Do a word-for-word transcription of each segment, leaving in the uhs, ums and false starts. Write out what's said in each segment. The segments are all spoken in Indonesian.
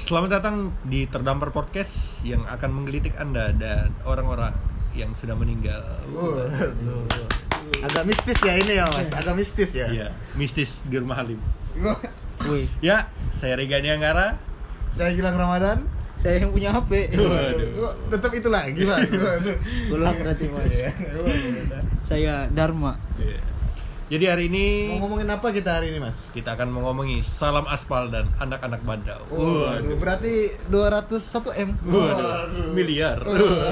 Selamat datang di Terdampar Podcast yang akan menggelitik Anda dan orang-orang yang sudah meninggal. Uh, agak mistis ya ini ya mas, agak mistis ya. Iya, mistis di rumah Halim. Wih. Ya, saya Rega Nianggara. Saya Gilang Ramadan. Saya yang punya H P. Waduh. Tetap itu lagi mas. Ulang berarti mas. Saya Dharma. Iya. Jadi hari ini Mau ngomongin apa kita hari ini mas? kita akan mengomongi salam aspal dan anak-anak bandau. Waduh, berarti dua ratus satu M. Waduh, miliar. Aduh.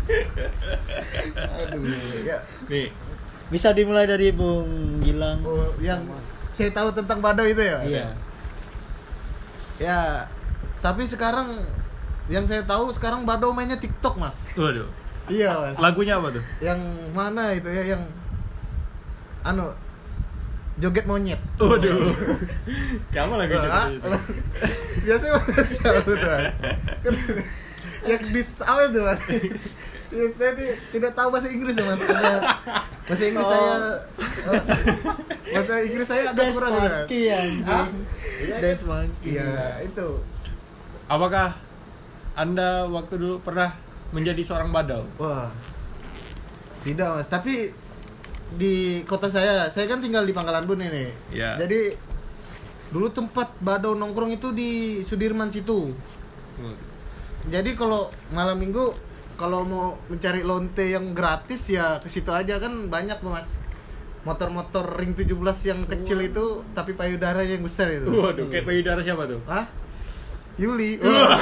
Ya. Nih, Bisa dimulai dari Bung Gilang. Oh, yang saya tahu tentang Bado itu ya. Iya. Ya. Tapi sekarang yang saya tahu sekarang Bado mainnya TikTok mas. waduh. Iya mas. Lagunya apa tuh? Yang mana itu ya yang anu joget monyet. Waduh. Kamu lagi Wah, joget itu. biasanya mas tahu tuh. Kan yang di awal tuh mas. Ya, saya ti- tidak tahu bahasa Inggris ya mas. Ada bahasa Inggris Oh. saya eh, bahasa Inggris saya agak Dance kurang gitu, Mas. Monkey anjing. Hah? Iya, Dance Monkey. Iya itu. Apakah Anda waktu dulu pernah menjadi seorang badau? Wah. Tidak mas. Tapi di kota saya, saya kan tinggal di Pangkalan Bun ini. Iya. Jadi dulu tempat Bado nongkrong itu di Sudirman situ. Jadi kalau malam minggu kalau mau mencari lonte yang gratis ya ke situ aja, kan banyak mas. Motor-motor ring tujuh belas yang kecil itu tapi payudaranya yang besar itu. Waduh, kayak payudara siapa tuh? Hah? Yuli.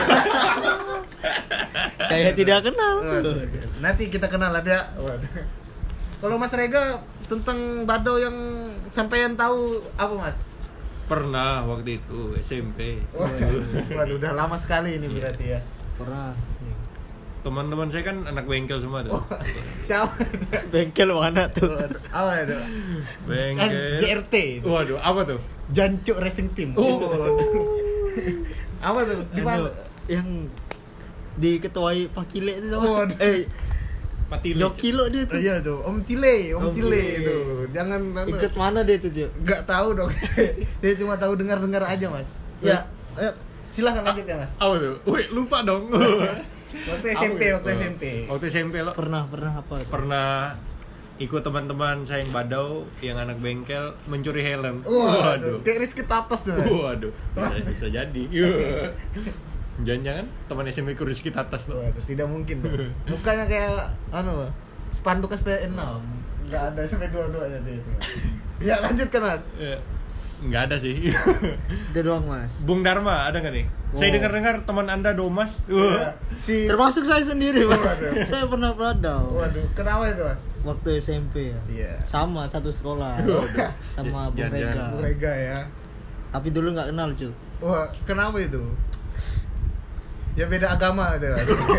Saya tidak kenal. Waduh. Nanti kita kenal lah ya. Waduh. Kalau Mas Rega tentang Bado yang sampean tahu apa mas? Pernah waktu itu S M P. Waduh, waduh udah lama sekali ini berarti ya. Pernah. Teman-teman saya kan anak bengkel semua tuh. Oh, siapa itu? Bengkel mana tuh? Waduh, apa itu? Bengkel. J R T. Waduh, apa tuh? Jancuk Racing Team. Oh. Apa tuh? Di mana? Anu, yang diketuai Pak Kile itu Oh, sama. aduh. Eh, Patile. Joki lo dia Oh, tuh. iya tuh, Om Tile, Om, Om Tile Tile. itu. Jangan anu, Ikut mana dia tuh, Jo? nggak tahu dong. Dia cuma tahu dengar-dengar aja, Mas. Ya, ayo, silahkan lanjut ya, Mas. Apa tuh? Wih, lupa dong. Waktu S M P, Apa waktu tuh? S M P. Waktu S M P lo Pernah, pernah apa? tuh? pernah ikut teman-teman saya yang badau, yang anak bengkel mencuri helm. Waduh, kayak Rizky Tatos tuh. Mas. Waduh, bisa, bisa jadi. Jangan-jangan teman S M P ku Rizky Tatas tuh. Waduh, tidak mungkin dong. Mukanya kayak anu, spanduk S P enam. Enggak ada sampai dua-duanya dia itu. Ya, lanjutkan, Mas. Ya, nggak ada sih. Itu doang, Mas. Bung Dharma ada nggak nih? Saya Oh. dengar-dengar teman Anda Domas. Ya, Wah. si Termasuk saya sendiri, Mas. Waduh. Saya pernah badau. Waduh, kenapa itu, Mas? Waktu S M P ya. Iya. Sama satu sekolah. Sama Bung Jangan-jangan. Rega. Bu Rega ya. Tapi dulu nggak kenal, cu. Wah, kenapa itu? Ya beda agama itu.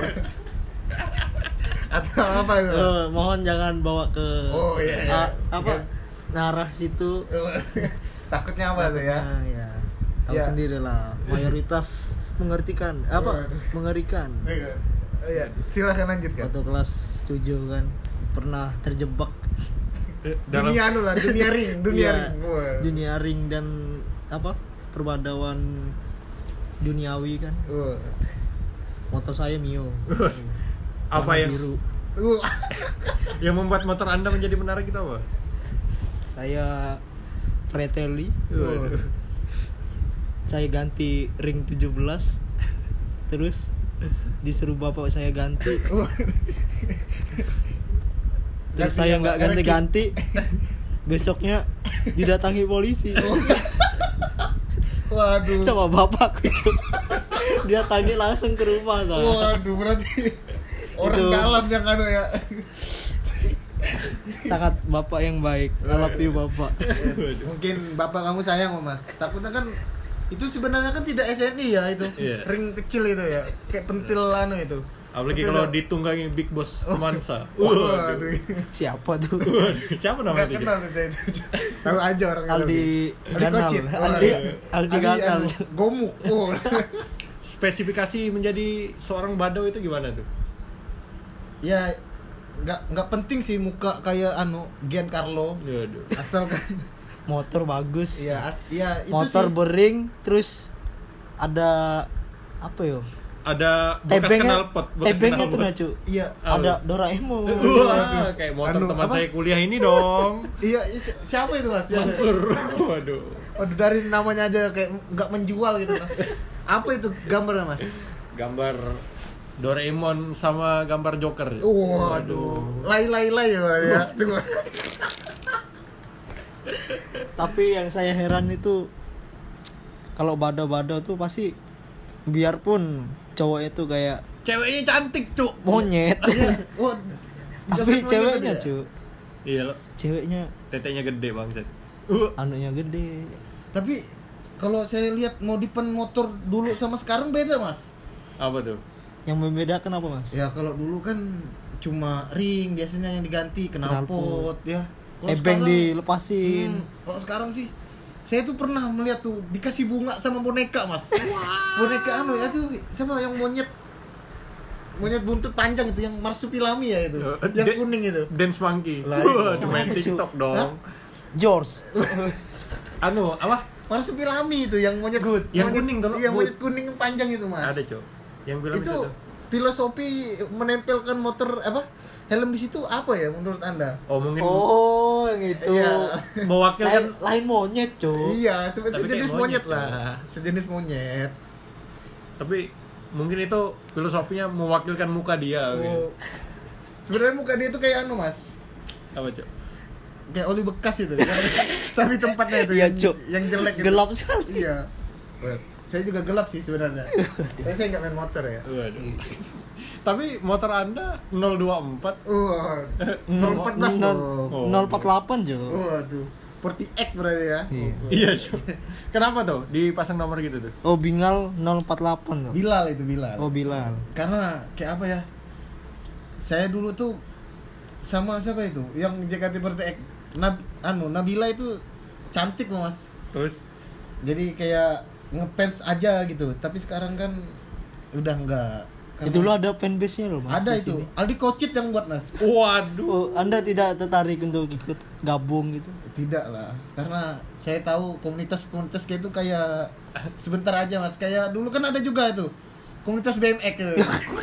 Atau apa itu? Mas? Eh, mohon jangan bawa ke Oh, iya, iya. a- apa Iya. narah situ. Takutnya apa tuh ya? Nah, ya. Tahu Ya. sendiri lah. Mayoritas mengertikan. Apa? Waduh. Mengerikan. Iya. Iya, silakan lanjutkan. Waktu kelas tujuh kan pernah terjebak Dalam Dunia anu lah, dunia ring, dunia Iya, ring. Wah. dunia ring dan apa? Perbadauan duniawi kan. Wah. Motor saya Mio. apa Warna yang biru. Wah. yang membuat motor Anda menjadi menarik itu apa? Saya Preteli. Waduh. Saya ganti ring tujuh belas. Terus disuruh bapak saya ganti. Wah. Terus Ganti saya apa? nggak ganti-ganti. Besoknya didatangi polisi Waduh. sama bapakku itu. Dia tagih langsung ke rumah tau. Waduh, berarti orang Itu- dalam yang anu ya. Sangat bapak yang baik. I love you bapak. Mungkin bapak kamu sayang sama Mas. Takutnya kan itu sebenarnya kan tidak S N I ya itu. Iya. Ring kecil itu ya. Kayak pentil anu itu. Apalagi Pentil kalau ya. ditunggangi Big Boss Mansa. Waduh. Siapa tuh? Waduh, siapa namanya Enggak itu? kenal tuh saya itu. Tahu aja orang Aldi Aldi Ganal. Kocit. Aldi Waduh. Aldi Ganal. anu, Gomuk. Oh. Spesifikasi menjadi seorang badau itu gimana tuh? Ya nggak nggak penting sih muka kayak anu Giancarlo. Waduh. Asal kan Motor bagus. Iya, as, iya itu Motor sih. bering terus ada apa yo? Ada bekas Tebengnya, knalpot, bekas tebengnya tuh knalpot. nah cu. Iya. Ada Doraemon. Wah, kayak motor Anu, teman apa? saya kuliah ini dong. Iya, si- siapa itu Mas? Yang- Mansur. Waduh. Waduh, dari namanya aja kayak nggak menjual gitu Mas. Apa itu gambarnya Mas? Gambar Doraemon sama gambar Joker. Waduh, lay lay lay ya Mas ya. Tapi yang saya heran itu kalau bado-bado tuh pasti biarpun cowok itu kayak Ceweknya cantik, Cuk. monyet, Iya. Oh, tapi jangan ceweknya gitu cu, dia. Iya lo, ceweknya tetenya gede bangset. Uh, anunya gede. Tapi kalau saya lihat modipan motor dulu sama sekarang beda Mas. apa tuh? Yang membedakan apa mas? Ya kalau dulu kan cuma ring biasanya yang diganti knalpot ya. Kalau Ebeng sekarang- dilepasin. Hmm, kalau sekarang sih saya tuh pernah melihat tuh dikasih bunga sama boneka Mas. Boneka anu ya tuh siapa yang monyet monyet buntut panjang itu yang marsupilami ya itu. Eh, Yang de- kuning itu. Dance Monkey. Lah, Wah, itu. main TikTok dong. Hah? George. Anu, apa? Marsupilami itu yang monyet Good. Yang monyet- kuning kalau Iya, good. monyet kuning panjang itu Mas. Ada, Cok. Yang bilang Itu itu. filosofi menempelkan motor apa? Helm di situ apa ya menurut Anda? Oh, mungkin Oh, yang itu. Iya. mewakilkan Lain, lain monyet cuy. Iya, se- Tapi kayak sejenis monyet, monyet, lah, sejenis monyet. tapi mungkin itu filosofinya mewakilkan muka dia gitu. Oh. Sebenarnya muka dia tuh kayak anu Mas, Apa, Cok? kayak oli bekas itu. Tapi tempatnya itu Iya, yang, Cuk. yang jelek. itu. Gelap sekali. Iya. Saya juga gelap sih sebenarnya. Tapi saya nggak main motor ya. Waduh. Tapi motor Anda nol dua empat. Wah, nol empat belas dong. Oh. nol empat delapan cuy. Waduh, forty X berarti ya. Iya. Oh. Iya, Cok. Kenapa tuh dipasang nomor gitu tuh? Oh, Bingal nol empat delapan loh. Bilal itu Bilal. Oh, Bilal. Karena kayak apa ya? Saya dulu tuh sama siapa itu? Yang J K T empat puluh X. Nab, anu Nabila itu cantik loh, Mas. Terus Jadi kayak ngefans aja gitu. Tapi sekarang kan udah enggak. Karena Itu lo ada fanbase-nya loh mas. ada di itu. sini. Aldi Kocit yang buat, Mas. waduh. Oh, Anda tidak tertarik untuk ikut gabung gitu? Tidak lah. Karena saya tahu komunitas-komunitas kayak itu kayak sebentar aja, Mas. Kayak dulu kan ada juga itu. Komunitas B M X itu.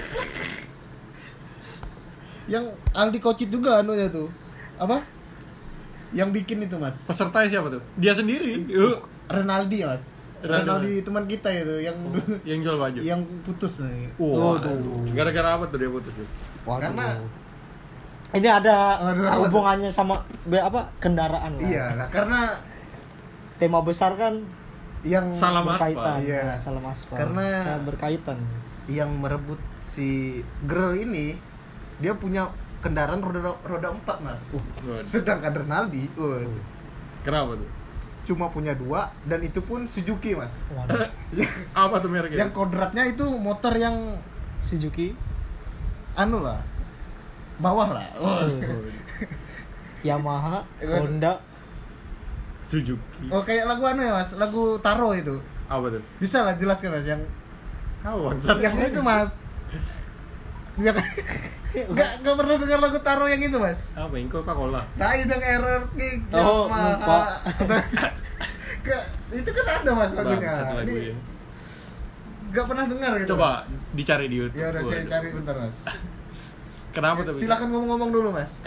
Yang Aldi Kocit juga anu ya tuh. Apa? Yang bikin itu, Mas. Pesertanya siapa tuh? Dia sendiri. Uh, Renaldi, Mas. Renaldi. Renaldi teman kita itu yang yang jual baju. yang putus nih. Waduh. Gara-gara apa tuh dia putus tuh? Karena Ini ada Aduh, apa hubungannya sama be- apa kendaraan lah. iya, lah karena Tema besar kan yang Salam berkaitan. aspal, iya. Nah, salam aspal. Karena- sangat berkaitan. yang merebut si girl ini dia punya kendaraan roda roda empat, Mas. Waduh. Sedangkan Renaldi uh, Kenapa tuh? cuma punya dua dan itu pun Suzuki, Mas. Waduh. Apa tuh mereknya? Yang kodratnya itu motor yang Suzuki. anu lah. Bawah lah. Oh. Yamaha, Waduh. Honda. Suzuki. Oh, kayak lagu anu ya, Mas. Lagu Taro itu. Apa tuh? Bisa lah jelaskan, Mas, yang Oh, bangsat. yang itu, Mas. Dia kan Enggak enggak pernah dengar lagu Taro yang itu, Mas. Apa yang Coca-Cola? Nah, itu yang error kick Oh, Yamaha. lupa. Ke, itu kan ada, Mas, lagunya. Bangsat lagu Ini ya. Enggak pernah dengar gitu. Coba dicari di YouTube. Ya udah saya Waduh. cari bentar, Mas. Kenapa Ya, tuh? silakan ngomong-ngomong dulu, Mas.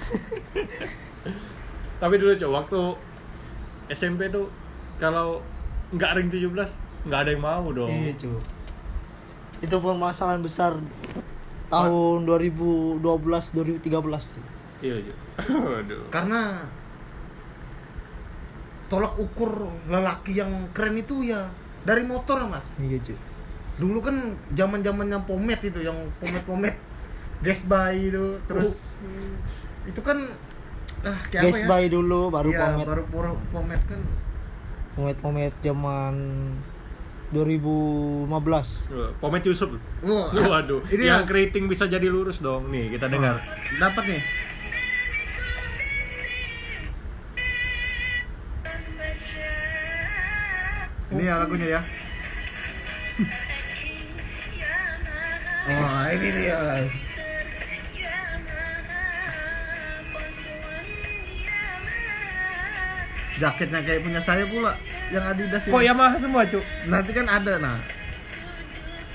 Tapi dulu Cok, waktu S M P tuh kalau nggak ring tujuh belas nggak ada yang mau dong. Iya cuy. Itu permasalahan besar tahun dua ribu dua belas dua ribu tiga belas cuy. Iya Cok. Waduh. Karena tolak ukur lelaki yang keren itu ya dari motor, Mas. Iya cuy. Dulu kan zaman-zamannya pomade itu, yang pomade-pomade gas by itu, terus itu kan ah kayak Guys apa ya? by dulu baru Iya, pomade. baru baru pomade kan. Pomade-pomade zaman dua ribu lima belas. Pomade Yusuf. Wah, Waduh. ini yang Mas, keriting bisa jadi lurus dong. Nih, kita dengar. dapat nih. Ini ya lagunya ya. Wah, ini dia. Jaketnya kayak punya saya pula, yang Adidas ini. Kok Yamaha semua, Cuk? Nanti kan ada, nah.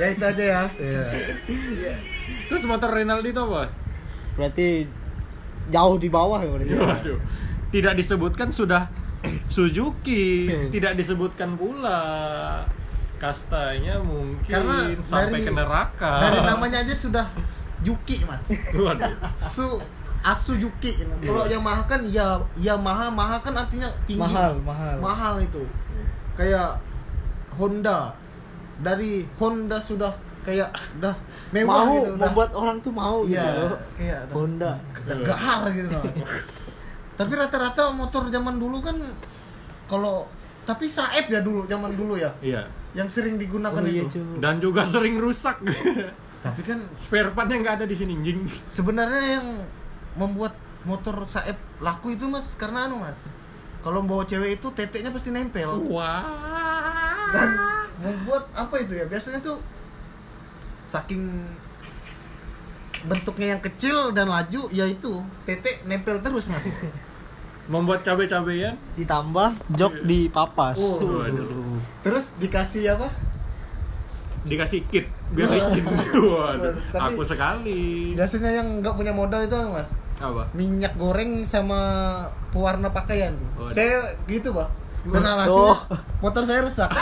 Ya itu aja ya. Iya. Terus motor Renaldi itu apa? Berarti jauh di bawah ya berarti. Waduh. Tidak disebutkan sudah Suzuki, tidak disebutkan pula kastanya mungkin Karena sampai dari- ke neraka. Dari namanya aja sudah Juki, Mas. Waduh. Su Asu Juki. Kalau Yamaha kan ya Yamaha, Maha kan artinya tinggi. Mahal, Mas. mahal. Mahal itu. Kayak Honda. Dari Honda sudah kayak udah mewah Mau gitu, udah. membuat orang tuh mau Iya, gitu loh. kayak udah Honda. udah gahar gitu loh. Tapi rata-rata motor zaman dulu kan kalau tapi Saeb ya dulu zaman dulu ya Iya. yang sering digunakan Oh iya, itu. cuy. Dan juga sering rusak. Tapi kan Spare partnya nggak ada di sini, jing. sebenarnya yang membuat motor Saeb laku itu Mas karena anu Mas. Kalau bawa cewek itu teteknya pasti nempel. Wah. Dan membuat apa itu ya? Biasanya tuh saking bentuknya yang kecil dan laju ya itu tetek nempel terus Mas. Membuat cabe-cabean. Ditambah jok di papas. Oh, waduh. Terus dikasih apa? Dikasih kit biar licin. Waduh. Tapi- Aku sekali. Biasanya yang nggak punya modal itu apa, Mas? Apa? Minyak goreng sama pewarna pakaian tuh. Oh, Saya gitu, Pak. Dan Oh. alhasilnya motor saya rusak.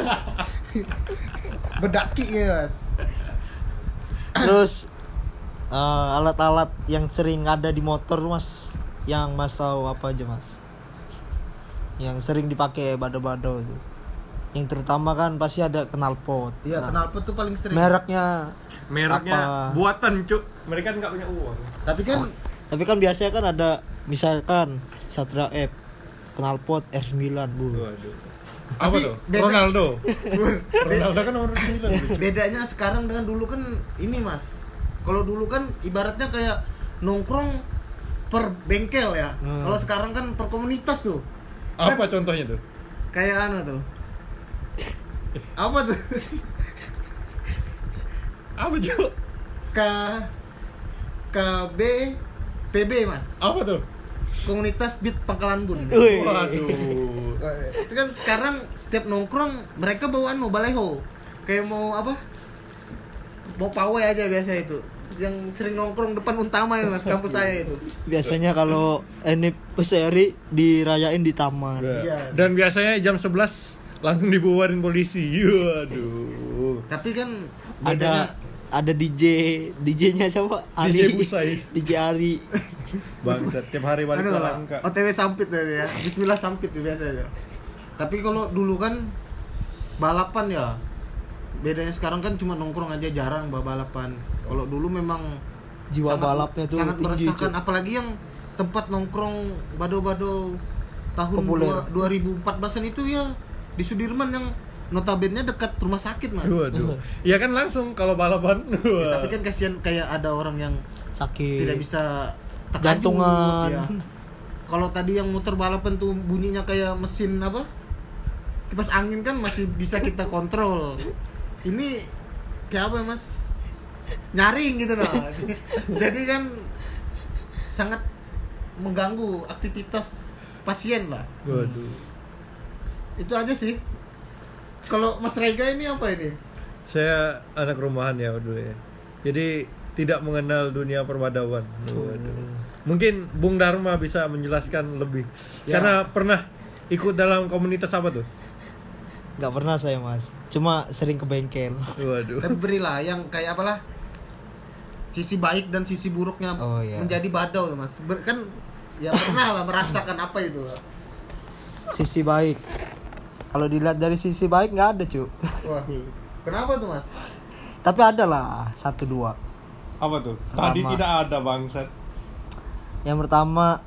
Bedaki ya, Mas. Terus eh, alat-alat yang sering ada di motor Mas, yang Mas tahu apa aja Mas? Yang sering dipakai bado-bado itu. Yang terutama kan pasti ada knalpot. Iya, Nah, knalpot tuh paling sering. mereknya Mereknya apa? buatan, Cuk. Mereka kan nggak punya uang. Tapi kan Tapi kan biasanya kan ada misalkan Satria F, knalpot R sembilan, Bu. Waduh. Apa Tapi tuh? beda- Ronaldo. Ronaldo kan nomor sembilan. bedanya sekarang dengan dulu kan ini, Mas. Kalau dulu kan ibaratnya kayak nongkrong per bengkel ya. Hmm. Kalau sekarang kan per komunitas tuh. Apa contohnya tuh? Kayak anu tuh. Apa tuh? Apa, Cuk? K K B P B, Mas. Apa tuh? Komunitas Beat Pangkalan Bun. Wih. Waduh. Itu kan sekarang setiap nongkrong mereka bawaan mau baleho. Kayak mau apa? Mau pawai aja biasa itu. Yang sering nongkrong depan Untama ya, Mas, kampus saya itu. Biasanya kalau ini peseri dirayain di taman. Iya. Dan biasanya jam sebelas langsung dibubarin polisi. Waduh. Tapi kan Ada bedanya- ada D J, D J-nya siapa? D J Busai. D J Ari. Bangsat, tiap hari balik Anu, Palangka. O T W sampit tuh ya. Bismillah sampit tuh biasanya. Tapi kalau dulu kan balapan ya. Bedanya sekarang kan cuma nongkrong aja, jarang bah balapan. Kalau dulu memang Jiwa sangat- balapnya tuh sangat tinggi, meresahkan, Cuk. apalagi yang tempat nongkrong bado-bado tahun Populer. dua- dua ribu empat belasan itu ya di Sudirman yang notabene dekat rumah sakit, Mas. Waduh. Iya kan langsung kalau balapan. Ya, tapi kan kasihan kayak ada orang yang Sakit. tidak bisa takajud, Jantungan. ya. Kalau tadi yang muter balapan tuh bunyinya kayak mesin apa? Kipas angin kan masih bisa kita kontrol. Ini kayak apa, Mas? Nyaring gitu loh. Jadi kan sangat mengganggu aktivitas pasien lah. Waduh. Itu aja sih. Kalau Mas Rega ini apa ini? Saya anak rumahan ya dulu ya. Jadi tidak mengenal dunia perbadawan. Waduh. Mungkin Bung Dharma bisa menjelaskan lebih. Ya. Karena pernah ikut dalam komunitas apa tuh? Nggak pernah saya Mas, cuma sering ke bengkel. Waduh. Tapi berilah yang kayak apalah sisi baik dan sisi buruknya Oh, iya. menjadi badau tuh, Mas. Ber- kan ya pernah lah merasakan apa itu. Sisi baik. Kalau dilihat dari sisi baik nggak ada cu. Wah. Kenapa tuh, Mas? Tapi ada lah satu dua. Apa tuh? Pertama. Tadi tidak ada bangsat. Yang pertama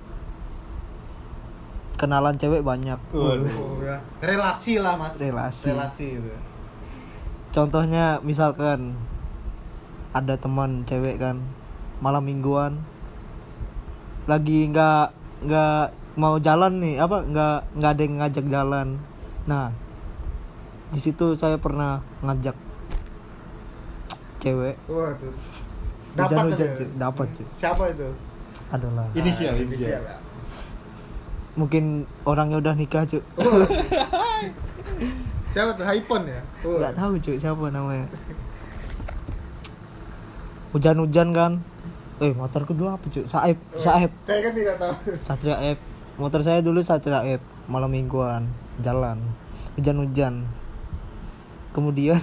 kenalan cewek banyak. Waduh. Oh, ya. Relasi lah, Mas. Relasi. Relasi itu. Contohnya misalkan ada teman cewek kan malam mingguan lagi nggak nggak mau jalan nih apa nggak nggak ada yang ngajak jalan. Nah di situ saya pernah ngajak cewek Waduh. Dapat hujan-hujan, tapi cu. ya? Dapat cu. Siapa itu? Adalah Inisial, Ah, inisial. ya. mungkin orangnya udah nikah cu. Siapa tuh? Haipon ya? Oh. Nggak tahu cu siapa namanya. hujan-hujan kan. Eh motorku dulu apa cuy? Saeb, Saeb. Saya kan tidak tahu. Satria F. Motor saya dulu Satria F. Malam mingguan jalan. Hujan-hujan. Kemudian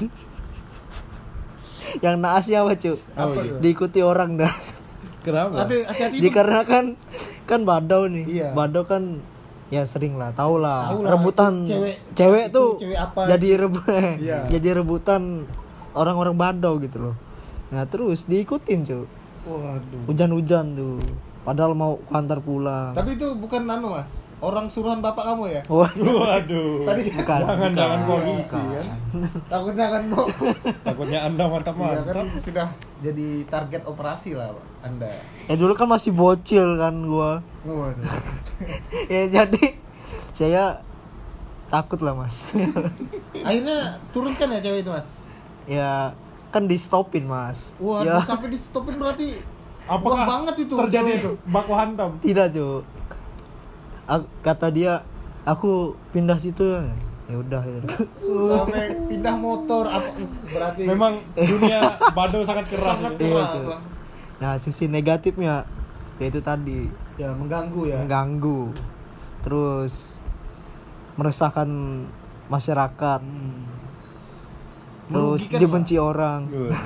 yang naasnya apa cuy? Apa tuh? Diikuti orang dah. Kenapa? Hati- Hati-hati. Dikarenakan kan badau nih. Iya. Badau kan ya sering lah, tau lah. Tahu lah, Rebutan itu cewek- cewek itu tuh cewek apa jadi rebut. Iya. Jadi rebutan orang-orang badau gitu loh. Nah, terus diikutin cuy. Waduh. Hujan-hujan tuh. Padahal mau kantor pulang. Tapi itu bukan nano mas, orang suruhan bapak kamu ya? Waduh. Waduh. Tadi Bukan. Jangan bukan, jangan polisi bukan. kan. takutnya kan mau. Takutnya Anda Iya mantap-mantap. kan sudah jadi target operasi lah Pak, Anda. Ya dulu kan masih bocil kan gua. Waduh. Ya jadi saya takut lah mas. Akhirnya turunkan ya cewek itu mas? Ya kan di stopin mas. Waduh, Ya sampai di stopin berarti Apakah wah banget itu terjadi cewek itu. baku hantam? tidak cu. A- Kata dia aku pindah situ. Ya udah. Sampai pindah motor apa berarti Memang dunia badau sangat keras. sangat itu. Iya, keras tuh. lah. Nah sisi negatifnya yaitu tadi Ya mengganggu ya. mengganggu, terus meresahkan masyarakat, Hmm. terus Merugikan, dibenci orang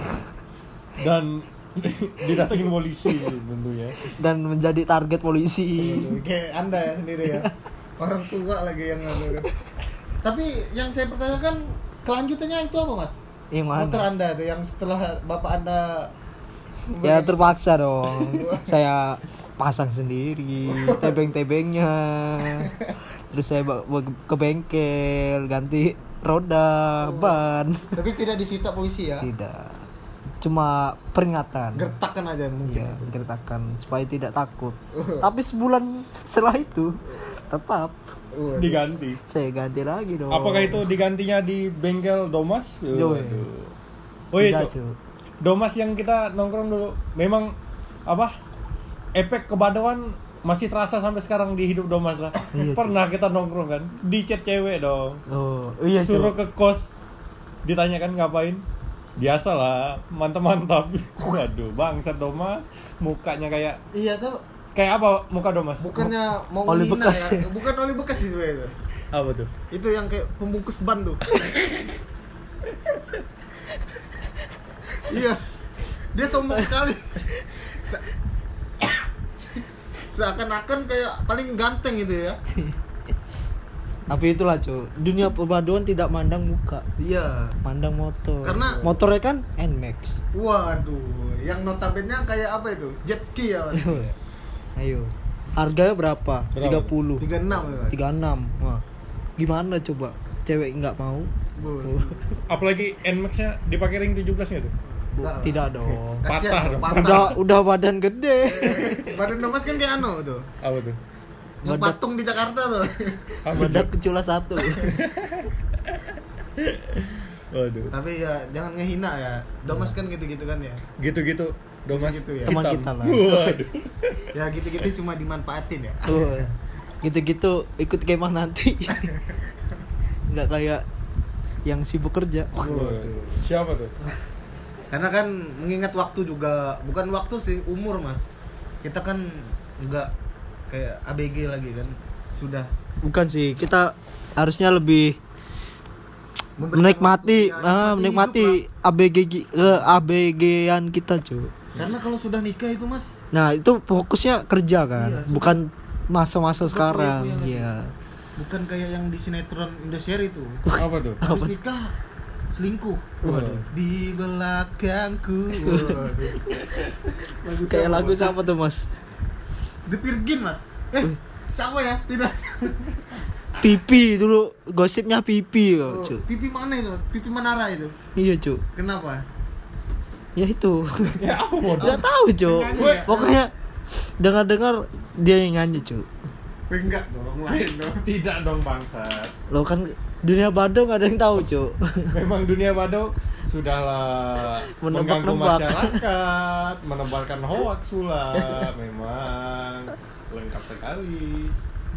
Dan didatengin polisi tentunya. dan menjadi target polisi. Waduh, kayak Anda ya sendiri ya. Orang tua lagi yang ngadu kan. Tapi yang saya pertanyakan kelanjutannya itu apa mas? Yang mana? Motor Anda itu yang setelah bapak Anda Ya terpaksa dong. Saya pasang sendiri tebeng-tebengnya. Terus saya bawa bawa ke bengkel, ganti roda, ban. Tapi tidak disita polisi ya? Tidak. Cuma peringatan. Gertakan aja mungkin. Iya, itu. gertakan supaya tidak takut. Tapi sebulan setelah itu tetap Waduh. Diganti. saya ganti lagi dong. Apakah itu digantinya di bengkel Domas? Yoi. Waduh. Oh iya, Tidak, Cuk. Cuk. Domas yang kita nongkrong dulu. Memang apa? Efek kebadauan masih terasa sampai sekarang di hidup Domas lah. Iya, Cuk. Pernah kita nongkrong kan? Di chat cewek dong. Oh, iya Suruh Cuk. ke kos. Ditanyakan ngapain? Biasalah, mantap-mantap. Waduh, bangsat Domas. Mukanya kayak Iya tuh. kayak apa muka Domas? Bukannya mau Oli menghina bekas. ya? Bukan oli bekas sih sebenarnya. itu. Apa tuh? Itu yang kayak pembungkus ban tuh. Iya. Dia sombong sekali. Se- Seakan-akan kayak paling ganteng gitu ya. Tapi itulah Cuk, dunia perbaduan tidak mandang muka, Iya. pandang motor. Karena- motornya kan N-Max. Waduh, yang notabene kayak apa itu? Jet ski ya, Mas? Ayo. Harganya berapa? Berapa? tiga puluh. tiga puluh enam ya, Mas? tiga puluh enam. Wah. Gimana coba? Cewek nggak mau? Waduh. Apalagi N-Max-nya dipakai ring tujuh belas enggak tuh? Enggak lah. Tidak dong. Kasihan Patah tuh, dong. patah. Udah udah badan gede. Eh, Badan Domas kan kayak anu tuh. Apa tuh? Yang Badak- patung di Jakarta tuh. Apa Badan tuh? kecula satu. Waduh. Tapi ya jangan ngehina ya. Domas kan gitu-gitu kan ya. Gitu-gitu Domas Gitu ya. Teman hitam. kita lah. Waduh. Ya gitu-gitu cuma dimanfaatin ya. Tuh. Gitu-gitu ikut kemah nanti. Nggak kayak yang sibuk kerja. Waduh. Siapa tuh? Karena kan mengingat waktu juga, bukan waktu sih, umur mas. Kita kan nggak kayak A B G lagi kan, sudah Bukan sih, kita harusnya lebih memberikan menikmati waktu, ya, ah, menikmati hidup A B G gi- ke A B G-an kita, cuy. lah. Karena kalau sudah nikah itu mas, Nah, itu fokusnya kerja kan, Iya, sudah. bukan masa-masa Sudah sekarang. poya-poya lagi. Iya. bukan kayak yang di sinetron Indosiar itu. Apa tuh? Habis nikah selingkuh. Waduh. Di belakangku. Waduh. Lagu Kayak siapa, lagu Mas? siapa tuh, Mas? The Virgin mas. Eh siapa ya? Tidak. Pipi dulu, gosipnya Pipi kok, Oh, cuy. pipi mana itu? Pipi Manara itu. Iya, cuy. Kenapa? Ya itu. Ya apa bodoh? Enggak tahu, cuy. Nyanyi ya? Pokoknya dengar-dengar dia yang nyanyi, cuy. Enggak dong, lain dong. Tidak dong bangsat. Lo kan dunia badung gak ada yang tahu, cuy. Memang dunia badau sudahlah mengganggu Menebak-nebak. masyarakat, menebarkan hoax pula. Memang lengkap sekali.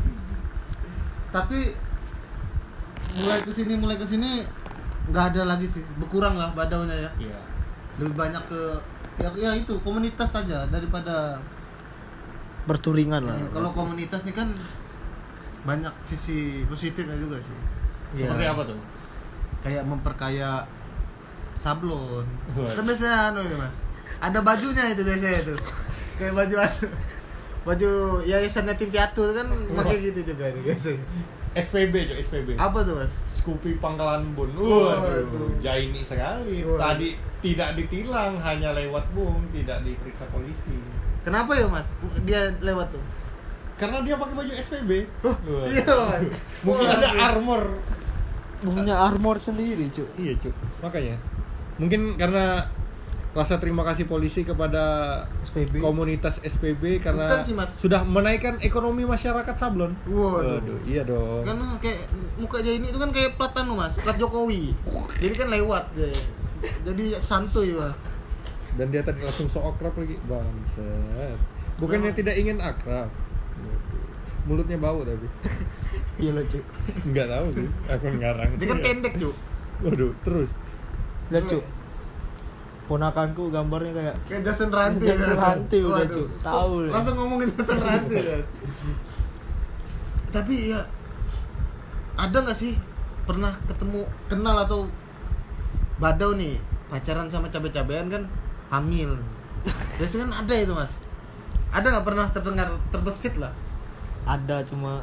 Tapi mulai kesini mulai kesini nggak ada lagi sih, berkurang lah badaunya ya. Iya. Lebih banyak ke Ya, ya itu komunitas saja daripada berturingan lah. ya, kalau komunitas nih kan banyak sisi positifnya juga sih. Iya. Seperti apa tuh? Kayak memperkaya sablon. Wah. Kan biasanya anu ya Mas. Ada bajunya itu biasanya itu. Kayak baju anu. Baju yayasan yatim piatu kan pakai gitu juga itu biasanya. S P B, Cok, S P B. Apa tuh Mas? Scoopy Pangkalan Bun. Waduh. Waduh, jaini sekali. Waduh. Tadi tidak ditilang, hanya lewat Bung, tidak diperiksa polisi. Kenapa ya Mas? Dia lewat tuh. Karena dia pakai baju S P B. Oh, Waduh. iya loh Mas. Mungkin ada armor. Punya armor sendiri, Cuk. Iya, Cuk. Makanya. Mungkin karena rasa terima kasih polisi kepada S P B. komunitas S P B karena Bukan sih, Mas. sudah menaikkan ekonomi masyarakat Sablon. Waduh. iya dong. Kan kayak muka dia ini itu kan kayak plat anu Mas, plat Jokowi. Jadi kan lewat dia. Jadi santuy Mas. Dan dia tadi langsung so akrab lagi, bangsat. Bukannya Nah. tidak ingin akrab. Waduh. Mulutnya bau tapi. Iya loh, Cuk. Enggak tahu sih. Aku ngarang. Dia kan pendek, Cuk. Waduh, terus. Lihat, Cuk. Ponakanku gambarnya kayak Kayak Jason Ranti. Jason kan? Ranti udah, Waduh. Cuk. Tahu deh. Langsung ngomongin Jason Ranti kan. Tapi ya ada nggak sih pernah ketemu kenal atau badau nih pacaran sama cabe-cabean kan hamil. Biasanya kan ada itu Mas. Ada nggak pernah terdengar terbesit lah? Ada cuma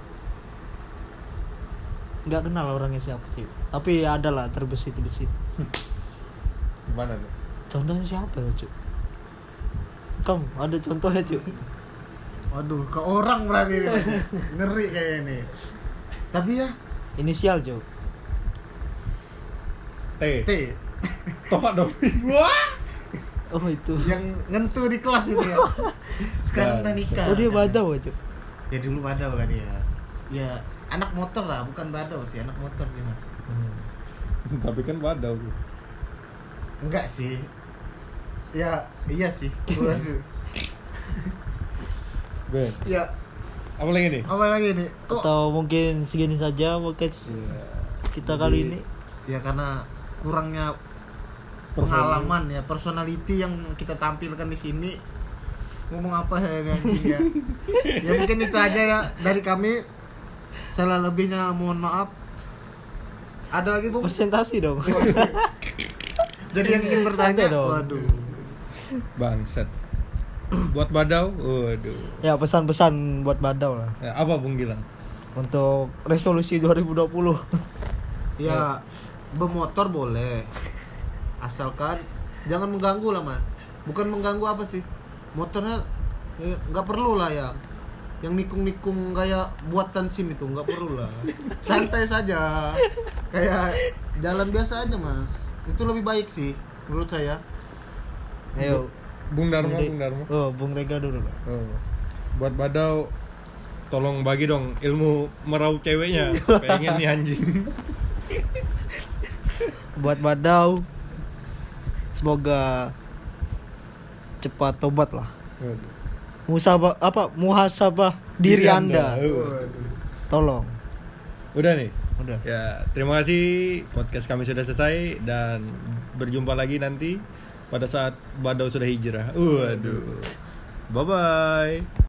nggak kenal orangnya siapa, Cuk. Tapi ada lah terbesit-besit. Gimana tuh? Contohnya siapa ya, Cuk? Kamu ada contohnya, Cuk? Waduh, ke orang berarti ini Mas. Ngeri kayak ini. Tapi ya Inisial, Cuk. T. T Topak dong. Wah. Oh, itu. yang ngentu di kelas itu ya. Sekarang udah nikah. Oh, dia badau, Cuk. Ya dulu badau lah dia. Ya anak motor lah, bukan badau sih, anak motor dia Mas. Tapi kan badau. Enggak sih. Ya, iya sih. Waduh. Ben. Ya, Apa lagi nih? apa lagi nih? Kok Atau mungkin segini saja podcast kita Jadi- kali ini. ya karena kurangnya pengalaman ya, personality yang kita tampilkan di sini. Ngomong apa ya nanti ya. Ya mungkin itu aja ya dari kami. Salah lebihnya mohon maaf. Ada lagi Bu? Presentasi dong. Jadi yang ingin bertanya, Santai dong. waduh. Bangsat. Buat badau, waduh. Ya, pesan-pesan buat badau lah Ya, apa Bung Gilang? untuk resolusi dua ribu dua puluh. Ya, bermotor boleh. Asalkan jangan mengganggu lah Mas. Bukan mengganggu apa sih? Motornya eh, nggak perlu lah ya. Yang nikung-nikung kayak buatan SIM itu nggak perlu lah. Santai saja. Kayak jalan biasa aja Mas. Itu lebih baik sih menurut saya. Ayo, Bung Dharma, Re- Bung Dharma. Oh, Bung Rega dulu lah. Oh. Buat badau, tolong bagi dong ilmu meraup ceweknya. Pengen nih anjing. Buat badau, semoga cepat tobat lah. Muhasabah apa? Muhasabah diri, Anda. Uh. Tolong. Udah nih. Udah. Ya, terima kasih. Podcast kami sudah selesai dan berjumpa lagi nanti pada saat badau sudah hijrah. Waduh. Bye bye.